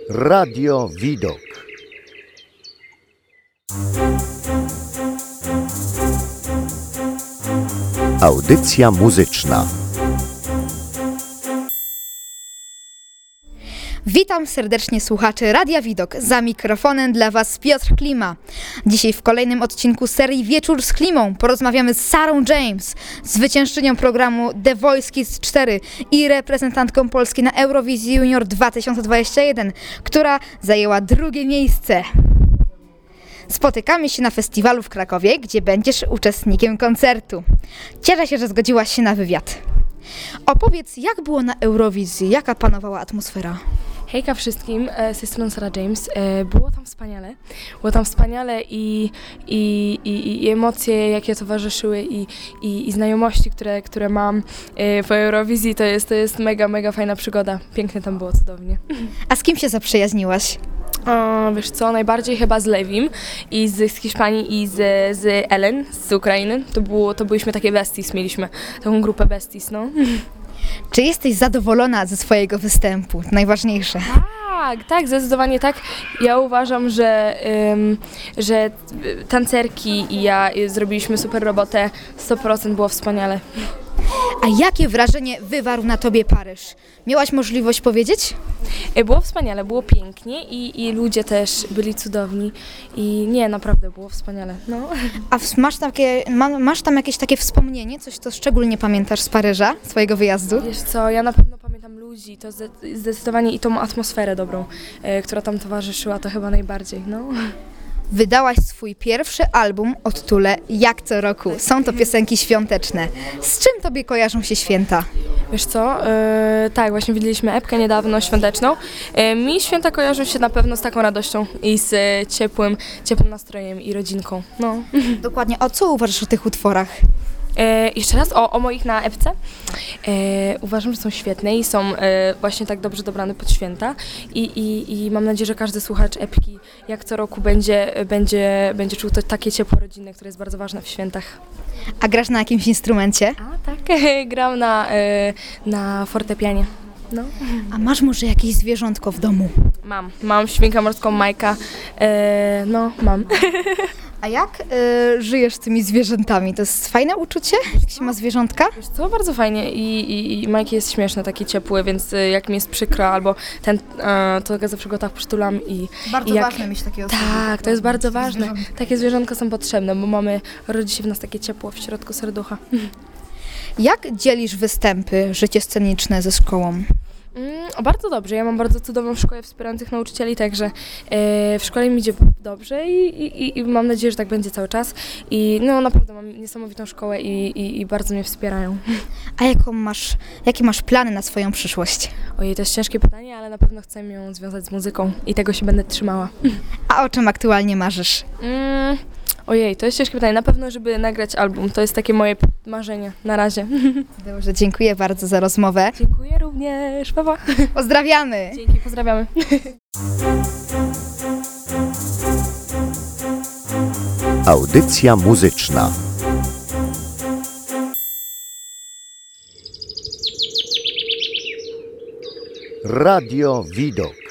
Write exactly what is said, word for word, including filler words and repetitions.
Radio Widok. Audycja muzyczna. Witam serdecznie słuchaczy Radia Widok. Za mikrofonem dla Was Piotr Klima. Dzisiaj w kolejnym odcinku serii Wieczór z Klimą porozmawiamy z Sarą James, zwyciężczynią programu The Voice Kids cztery i reprezentantką Polski na Eurowizji Junior dwa tysiące dwudziestym pierwszym, która zajęła drugie miejsce. Spotykamy się na festiwalu w Krakowie, gdzie będziesz uczestnikiem koncertu. Cieszę się, że zgodziłaś się na wywiad. Opowiedz, jak było na Eurowizji, jaka panowała atmosfera? Hejka wszystkim, z tej strony Sara James. Było tam wspaniale, było tam wspaniale i, i, i, i emocje, jakie towarzyszyły i, i, i znajomości, które, które mam w Eurowizji, to jest, to jest mega, mega fajna przygoda. Pięknie tam było, cudownie. A z kim się zaprzyjaźniłaś? O, wiesz co, najbardziej chyba z Lewim i z, z Hiszpanii i z, z Ellen z Ukrainy. To, było, to byliśmy takie besties, mieliśmy taką grupę besties, no. Czy jesteś zadowolona ze swojego występu? To najważniejsze. Tak, tak, zdecydowanie tak. Ja uważam, że, ym, że tancerki i ja zrobiliśmy super robotę. sto procent było wspaniale. A jakie wrażenie wywarł na tobie Paryż? Miałaś możliwość powiedzieć? Było wspaniale, było pięknie i, i ludzie też byli cudowni i nie, naprawdę było wspaniale. No. A w- masz, takie, ma, masz tam jakieś takie wspomnienie, coś, co szczególnie pamiętasz z Paryża, swojego wyjazdu? Wiesz co, ja na pewno pamiętam ludzi, to zde- zdecydowanie i tą atmosferę dobrą, e, która tam towarzyszyła, to chyba najbardziej, no. Wydałaś swój pierwszy album od Tule, jak co roku. Są to piosenki świąteczne. Z czym tobie kojarzą się święta? Wiesz co, e, tak, właśnie widzieliśmy epkę niedawno świąteczną. E, mi święta kojarzą się na pewno z taką radością i z e, ciepłym, ciepłym nastrojem i rodzinką, no. Dokładnie, o co uważasz o tych utworach? E, jeszcze raz o, o moich na epce. E, uważam, że są świetne i są e, właśnie tak dobrze dobrane pod święta i, i, i mam nadzieję, że każdy słuchacz epki jak co roku będzie, będzie, będzie czuł to takie ciepło rodzinne, które jest bardzo ważne w świętach. A grasz na jakimś instrumencie? A tak, gram na, e, na fortepianie. No. A masz może jakieś zwierzątko w domu? Mam, mam świnkę morską Majka, e, no mam. A jak y, żyjesz z tymi zwierzętami? To jest fajne uczucie, jak się ma zwierzątka? Wiesz co, bardzo fajnie i, i, i Majki jest śmieszny, taki ciepły, więc y, jak mi jest przykro albo ten, e, to go zawsze go tak przytulam i Bardzo i jak, ważne mieć takie osoby. Tak, to jest bardzo ważne. Zwierzątka. Takie zwierzątka są potrzebne, bo mamy, rodzi się w nas takie ciepło w środku serducha. Jak dzielisz występy, życie sceniczne ze szkołą? Mm, bardzo dobrze, ja mam bardzo cudowną szkołę wspierających nauczycieli, także e, w szkole mi idzie dobrze i, i, i mam nadzieję, że tak będzie cały czas. I no naprawdę mam niesamowitą szkołę i, i, i bardzo mnie wspierają. A jaką masz, jakie masz plany na swoją przyszłość? Ojej, to jest ciężkie pytanie, ale na pewno chcę ją związać z muzyką i tego się będę trzymała. A o czym aktualnie marzysz? Mm, ojej, to jest ciężkie pytanie. Na pewno, żeby nagrać album. To jest takie moje marzenie na razie. Dobrze, dziękuję bardzo za rozmowę. Dziękuję również. Pa, pa. Pozdrawiamy! Dzięki, pozdrawiamy. Audycja muzyczna. Radio Widok.